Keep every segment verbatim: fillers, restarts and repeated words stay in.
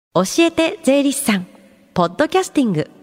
教えて税理士さんポッドキャスティング。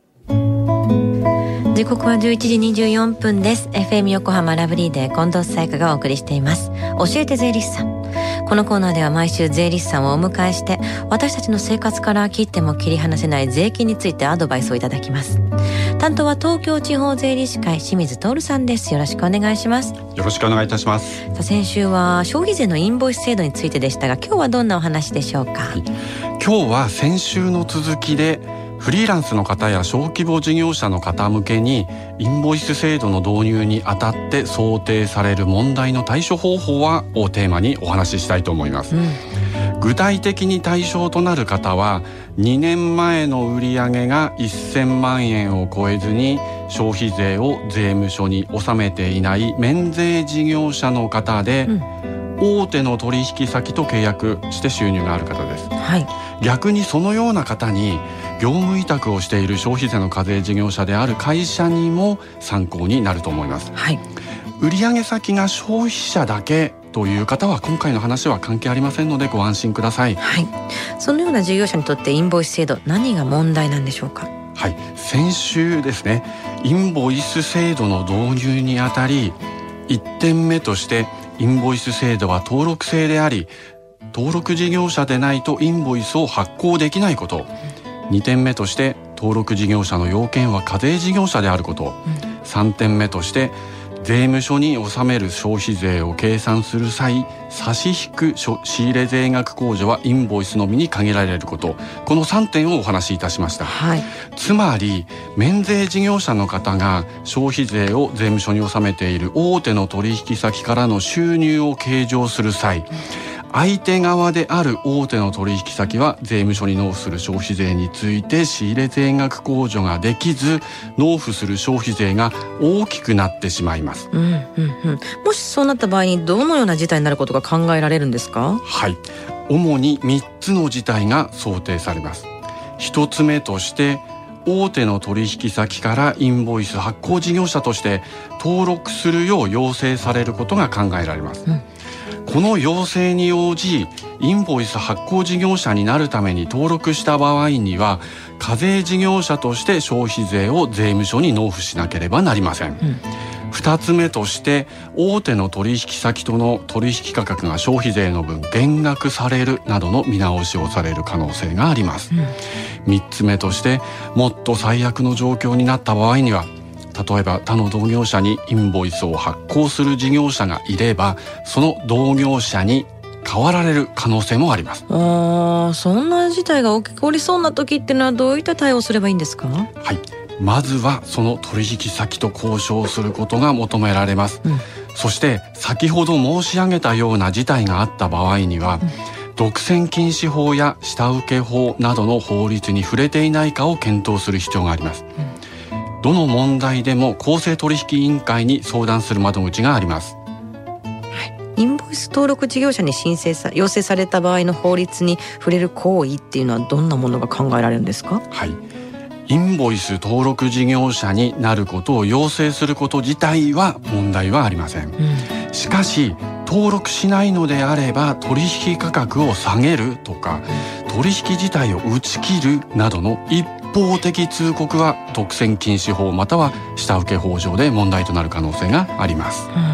時刻はじゅういちじにじゅうよんぷんです。 エフエム 横浜ラブリーで近藤紗友香がお送りしています。教えて税理士さん。このコーナーでは毎週税理士さんをお迎えして、私たちの生活から切っても切り離せない税金についてアドバイスをいただきます。担当は東京地方税理士会清水徹さんです。よろしくお願いします。 よろしくお願いいたします。 さあ、先週は消費税のインボイス制度についてでしたが、今日はどんなお話でしょうか。はい、 今日は先週の続きで、フリーランスの方や小規模事業者の方向けにインボイス制度の導入にあたって想定される問題の対処方法はをテーマにお話ししたいと思います。うん、具体的に対象となる方は、にねんまえの売上がせんまんえんを超えずに消費税を税務署に納めていない免税事業者の方で、うん、大手の取引先と契約して収入がある方です。はい、逆にそのような方に業務委託をしている消費税の課税事業者である会社にも参考になると思います。はい、売上先が消費者だけという方は今回の話は関係ありませんのでご安心ください。 はい、そのような事業者にとってインボイス制度、何が問題なんでしょうか。 はい、先週ですね、インボイス制度の導入にあたり、いってんめとしてインボイス制度は登録制であり、登録事業者でないとインボイスを発行できないこと、にてんめとして登録事業者の要件は課税事業者であること、うん、さんてんめとして税務署に納める消費税を計算する際、差し引く仕入税額控除はインボイスのみに限られること、このさんてんをお話しいたしました。はい、つまり免税事業者の方が消費税を税務署に納めている大手の取引先からの収入を計上する際、相手側である大手の取引先は税務署に納付する消費税について仕入税額控除ができず、納付する消費税が大きくなってしまいます。うんうんうん、もしそうなった場合にどのような事態になることが考えられるんですか。 はい、主にみっつの事態が想定されます。ひとつめとして、大手の取引先からインボイス発行事業者として登録するよう要請されることが考えられます。うん、この要請に応じ、インボイス発行事業者になるために登録した場合には、課税事業者として消費税を税務署に納付しなければなりません。うん、ふたつめとして、大手の取引先との取引価格が消費税の分減額されるなどの見直しをされる可能性があります。うん、みっつめとして、もっと最悪の状況になった場合には、例えば他の同業者にインボイスを発行する事業者がいれば、その同業者に代わられる可能性もあります。 あ、そんな事態が起こりそうな時っていうのはどういった対応をすればいいんですか。 はい、まずはその取引先と交渉することが求められます。うん、そして先ほど申し上げたような事態があった場合には、うん、独占禁止法や下請法などの法律に触れていないかを検討する必要があります。うん、どの問題でも公正取引委員会に相談する窓口があります。 インボイス登録事業者に申請さ要請された場合の法律に触れる行為っていうのはどんなものが考えられるんですか。 はい、インボイス登録事業者になることを要請すること自体は問題はありません。うん、しかし登録しないのであれば取引価格を下げるとか、取引自体を打ち切るなどの一方的通告は独占禁止法または下請法上で問題となる可能性があります。 うん、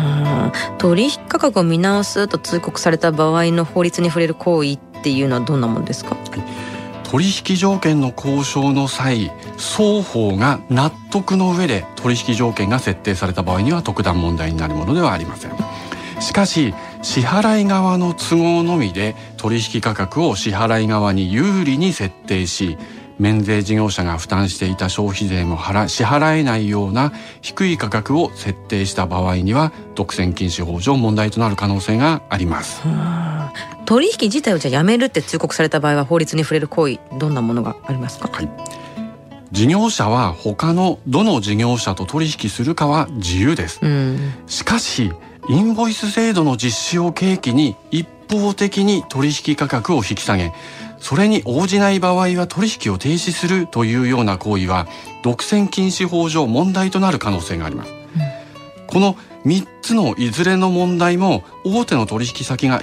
取引価格を見直すと通告された場合の法律に触れる行為っていうのはどんなものですか。はい、 取引条件の交渉の際、双方が納得の上で取引条件が設定された場合には特段問題になるものではありません。しかし支払い側の都合のみで取引価格を支払い側に有利に設定し、免税事業者が負担していた消費税も払支払えないような低い価格を設定した場合には独占禁止法上問題となる可能性があります。 取引自体をじゃあやめるって通告された場合は法律に触れる行為、どんなものがありますか。 はい、事業者は他のどの事業者と取引するかは自由です。うん、しかしインボイス制度の実施を契機に一方的に取引価格を引き下げ、それに応じない場合は取引を停止するというような行為は独占禁止法上問題となる可能性があります。うん、このみっつのいずれの問題も大手の取引先が一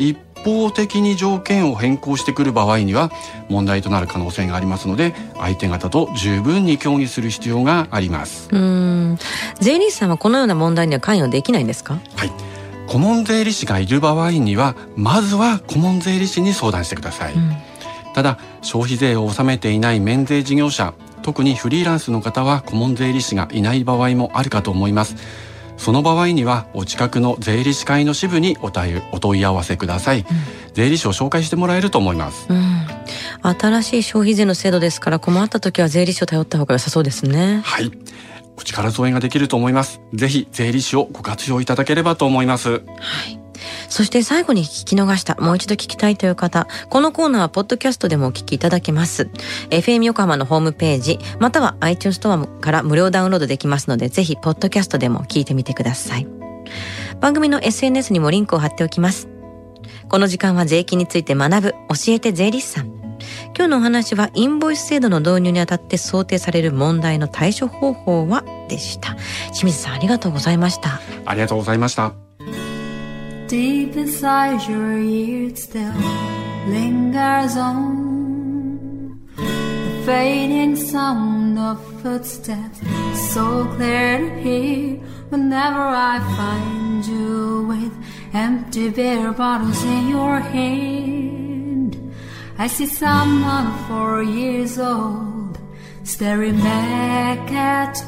方的に条件を変更してくる場合には問題となる可能性がありますので、相手方と十分に協議する必要があります。 うーん、税理士さんはこのような問題には関与できないんですか？ はい、顧問税理士がいる場合にはまずは顧問税理士に相談してください、うん、ただ消費税を納めていない免税事業者、特にフリーランスの方は顧問税理士がいない場合もあるかと思います。その場合にはお近くの税理士会の支部にお問い合わせください、うん、税理士を紹介してもらえると思います、うん、 新しい消費税の制度ですから、困った時は税理士を頼った方が良さそうですね。 はい、お力添えができると思います。ぜひ税理士をご活用いただければと思います。はい、 そして最後に聞き逃した、もう一度聞きたいという方、このコーナーはポッドキャストでもお聞きいただけます。 エフエム 横浜のホームページまたは iTunes ストアから無料ダウンロードできますので、ぜひポッドキャストでも聞いてみてください。番組の エスエヌエス にもリンクを貼っておきます。この時間は税金について学ぶ教えて税理士さん。今日のお話はインボイス制度の導入にあたって想定される問題の対処方法はでした。清水さん、ありがとうございました。 ありがとうございました。 Deep inside your ears still lingers on the fading sound of footsteps, so clear to hear whenever I find you with empty beer bottles in your hand. I see someone four years old staring back at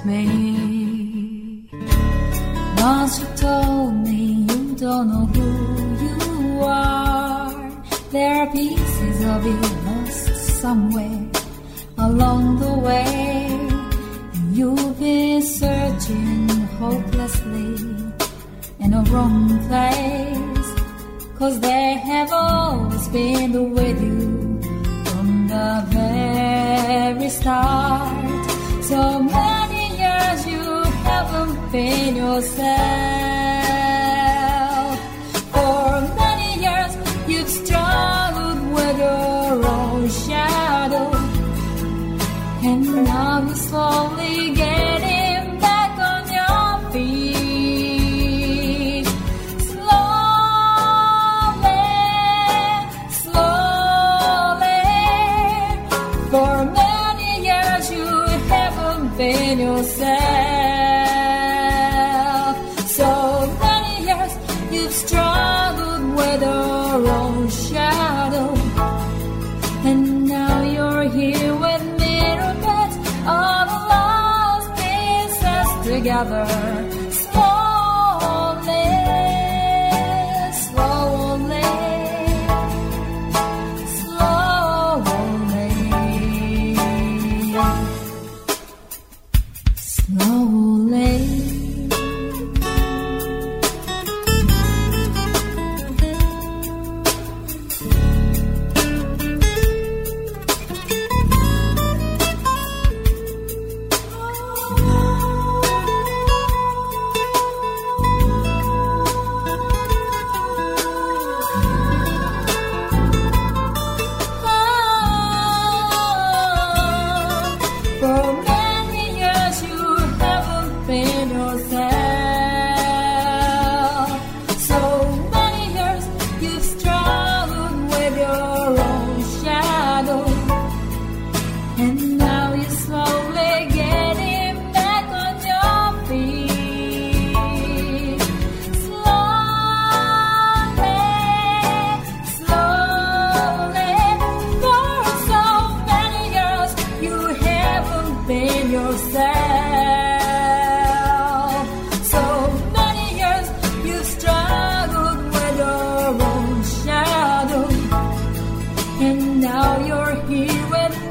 me. Once you told me you don't know who you are. There are pieces of you lost somewhere along the way, and you've been searching hopelessly in a wrong place, 'cause they have always been with you from the very start. So many years you haven't been yourself. For many years you've struggled with your own shadow, and now you're slowly getting back on your feet. Slowly, slowly. For many years you haven't been yourself. So many years you've struggled with your own shadow, and now you're here with me to get all the lost pieces together. Slowly, slowly, slowly, slowly. And now you're here with